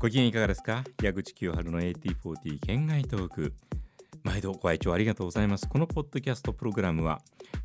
ご機嫌いかがですか？矢口清春の AT40 県外トーク。毎度ご愛聴ありがとうございます。このポッドキャストプログラムは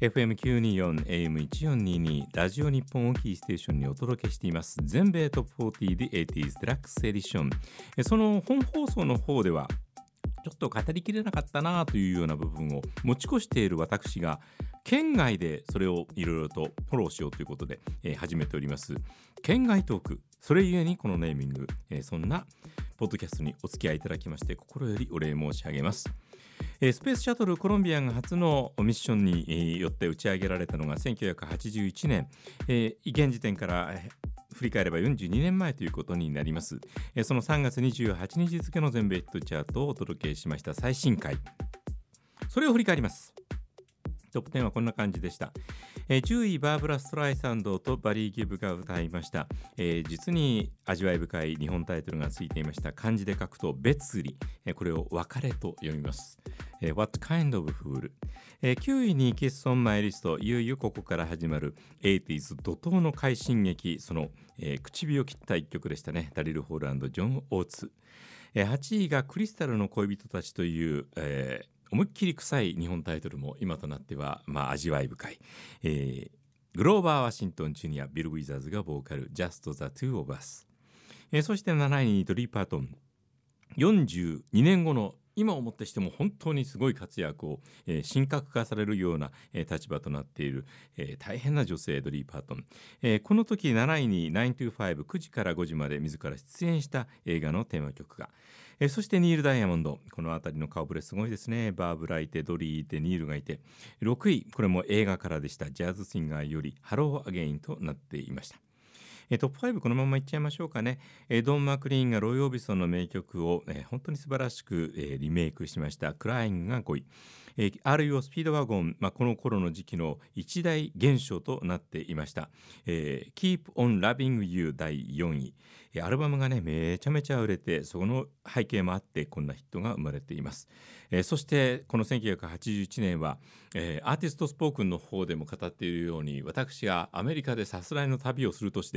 FM924 AM1422 ラジオ日本をキーステーションにお届けしています全米トップ40 The 80s デラックスエディション。その本放送の方ではちょっと語りきれなかったなというような部分を持ち越している私が県外でそれをいろいろとフォローしようということで、始めております県外トーク。それゆえにこのネーミング、そんなポッドキャストにお付き合いいただきまして心よりお礼申し上げます。スペースシャトルコロンビアが初のミッションによって打ち上げられたのが1981年、現時点から振り返れば42年前ということになります。その3月28日付の全米ヒットチャートをお届けしました最新回、それを振り返ります。トップ10はこんな感じでした。10位バーブラ・ストライサンドとバリー・ギブが歌いました。実に味わい深い日本タイトルがついていました。漢字で書くと別離、これを別れと読みます。What kind of fool、9位にキスオンマイリスト。いよいよここから始まる 80s 怒涛の快進撃、その、口火を切った一曲でしたね。ダリル・ホール&ジョン・オーツ。8位がクリスタルの恋人たちという、思いっきり臭い日本タイトルも今となっては、味わい深い、グローバー・ワシントン・ジュニア、ビル・ウィザーズがボーカル Just the Two of Us、そして7位にドリー・パートン。42年後の今をもってしても本当にすごい活躍を、神格化されるような、立場となっている、大変な女性ドリー・パートン。この時7位に9 to 5、9時から5時まで自ら出演した映画のテーマ曲が、そしてニール・ダイヤモンド。この辺りの顔ぶれすごいですね。バーブラいて、ドリーいて、ニールがいて。6位、これも映画からでした。ジャズシンガーよりハロー・アゲインとなっていました。トップ5このままいっちゃいましょうかね。ドン・マクリーンがロイ・オービソンの名曲を、本当に素晴らしく、リメイクしました。クラインが5位。RUO スピードワゴン、この頃の時期の一大現象となっていました。Keep on Loving You 第4位。アルバムがねめちゃめちゃ売れて、その背景もあってこんなヒットが生まれています。そしてこの1981年は、アーティストスポークンの方でも語っているように、私がアメリカでさすらいの旅をするとして、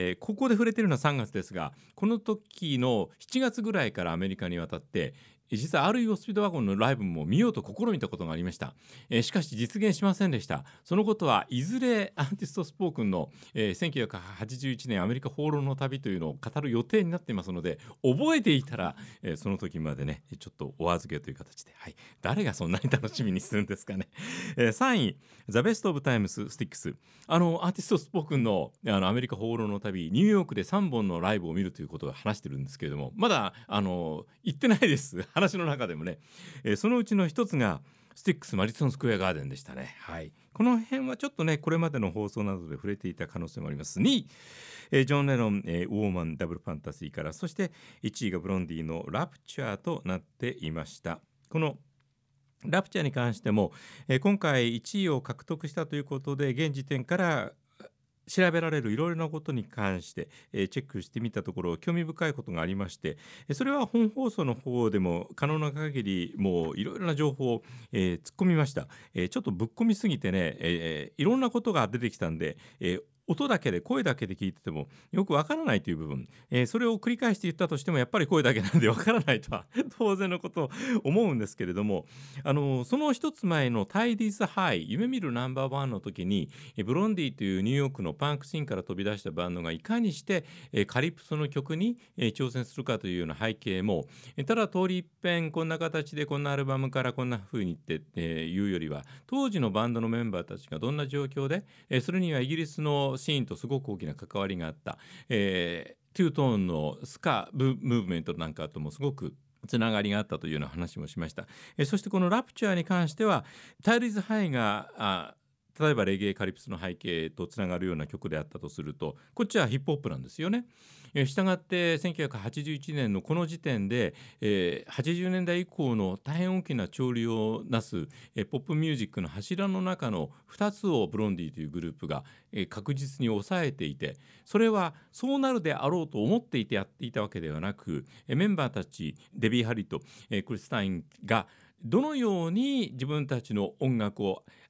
ここで触れているのは3月ですが、この時の7月ぐらいからアメリカに渡って、実は RUO スピードワゴンのライブも見ようと試みたことがありました。しかし実現しませんでした。そのことはいずれアーティストスポークンの、1981年アメリカ放浪の旅というのを語る予定になっていますので、覚えていたら、その時までねちょっとお預けという形で、誰がそんなに楽しみにするんですかね。3位ザ・ベスト・オブ・タイムス・スティックス。アーティストスポークンの、アメリカ放浪の旅、ニューヨークで3本のライブを見るということを話してるんですけれども、まだ行ってないです話の中でもね。そのうちの一つがスティックスマディソンスクエアガーデンでしたね。この辺はちょっとねこれまでの放送などで触れていた可能性もあります。2位、ジョン・レノン、ウォーマンダブルファンタジーから、そして1位がブロンディのラプチャーとなっていました。このラプチャーに関しても、今回1位を獲得したということで、現時点から調べられるいろいろなことに関して、チェックしてみたところ興味深いことがありまして、それは本放送の方でも可能な限りもういろいろな情報を、突っ込みました。ちょっとぶっ込みすぎてね、いろんなことが出てきたんで、音だけで声だけで聞いててもよくわからないという部分、それを繰り返して言ったとしてもやっぱり声だけなんでわからないとは当然のことを思うんですけれども、その一つ前のタイディズハイ、夢見るナンバーワンの時にブロンディというニューヨークのパンクシーンから飛び出したバンドがいかにしてカリプソの曲に挑戦するかというような背景も、ただ通り一遍こんな形でこんなアルバムからこんな風にっていうよりは、当時のバンドのメンバーたちがどんな状況で、それにはイギリスのシーンとすごく大きな関わりがあった、トゥートーンのスカムーブメントなんかともすごくつながりがあったというような話もしました。そしてこのラプチャーに関してはタイリーズ・ハイが例えばレゲエカリプスの背景とつながるような曲であったとすると、こっちはヒップホップなんですよね。したがって1981年のこの時点で、80年代以降の大変大きな潮流をなす、ポップミュージックの柱の中の2つをブロンディというグループが、確実に抑えていて、それはそうなるであろうと思っていてやっていたわけではなく、メンバーたちデビー・ハリと、クリス・タインがどのように自分たちの音楽を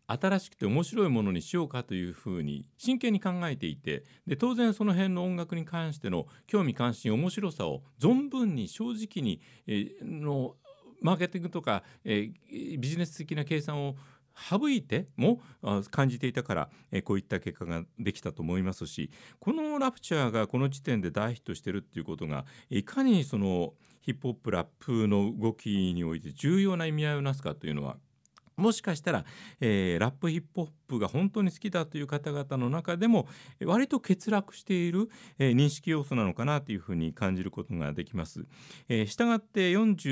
新しくて面白いものにしようかというふうに真剣に考えていて、で当然その辺の音楽に関しての興味関心面白さを存分に正直に、のマーケティングとか、ビジネス的な計算を省いても感じていたから、こういった結果ができたと思いますし、このラプチャーがこの時点で大ヒットしてるっていうことがいかにそのヒップホップラップの動きにおいて重要な意味合いをなすかというのは、もしかしたら、ラップヒップホップが本当に好きだという方々の中でも割と欠落している、認識要素なのかなというふうに感じることができます。したがって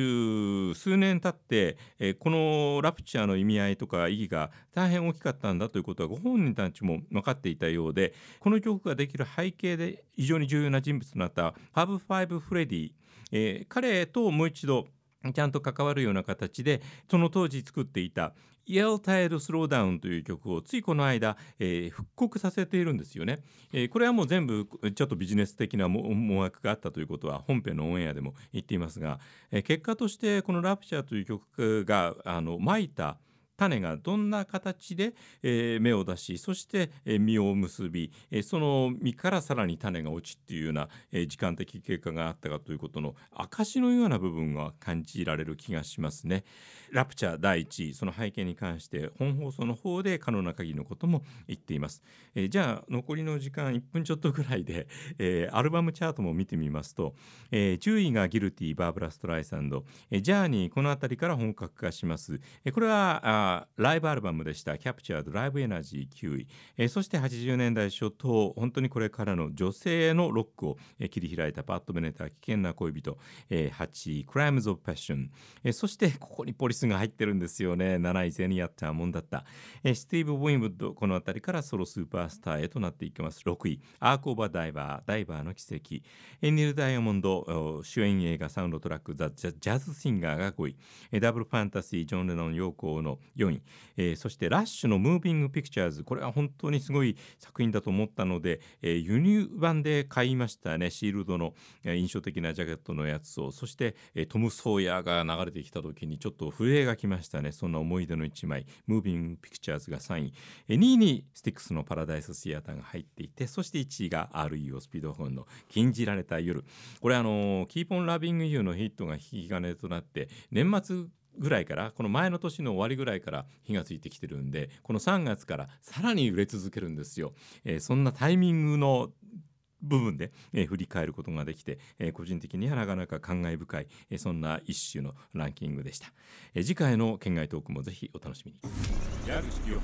40数年経って、このラプチャーの意味合いとか意義が大変大きかったんだということはご本人たちも分かっていたようで、この曲ができる背景で非常に重要な人物となったファブファイブ・フレディ、彼ともう一度ちゃんと関わるような形でその当時作っていたYell Tide Slow Down という曲をついこの間、復刻させているんですよね。これはもう全部ちょっとビジネス的な思惑があったということは本編のオンエアでも言っていますが、結果としてこのラプチャーという曲がまいた種がどんな形で、芽を出し、そして、実を結び、その実からさらに種が落ちっていうような、時間的経過があったかということの証のような部分が感じられる気がしますね。ラプチャー第1位、その背景に関して本放送の方で可能な限りのことも言っています。じゃあ残りの時間1分ちょっとぐらいで、アルバムチャートも見てみますと、10位がギルティ、バーブラ・ストライサンド、ジャーニー、このあたりから本格化します。これはライブアルバムでしたキャプチャードライブエナジー9位、そして80年代初頭、本当にこれからの女性のロックを、切り開いたパッド・ベネター、危険な恋人、8位クライムズ・オブ・パッション、そしてここにポリスが入ってるんですよね。7位ゼニアッターもんだった、スティーブ・ウィンウッド、このあたりからソロスーパースターへとなっていきます。6位アーク・オーバー・ダイバーの奇跡、ニル・ダイヤモンド主演映画サウンドトラックザ・ジャズ・シンガーが5位、ダブル・ファンタジージョン・レノン・ヨーコーの4位、そしてラッシュのムービング・ピクチャーズ、これは本当にすごい作品だと思ったので、輸入版で買いましたね。シールドの、印象的なジャケットのやつを、そして、トム・ソーヤーが流れてきた時にちょっと震えがきましたね。そんな思い出の一枚、ムービング・ピクチャーズが3位、2位にスティックスのパラダイス・シアターが入っていて、そして1位が REO スピードホーンの禁じられた夜。これKeep on Loving You のヒットが引き金となって年末ぐらいから、この前の年の終わりぐらいから火がついてきてるんで、この3月からさらに売れ続けるんですよ。そんなタイミングの部分で、振り返ることができて、個人的にはなかなか感慨深い、そんな一種のランキングでした。次回の県外トークもぜひお楽しみに。矢口清春の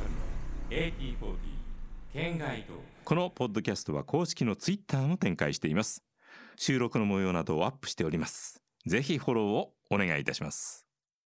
AT40 県外トーク。このポッドキャストは公式のツイッターも展開しています。収録の模様などをアップしております。ぜひフォローをお願いいたします。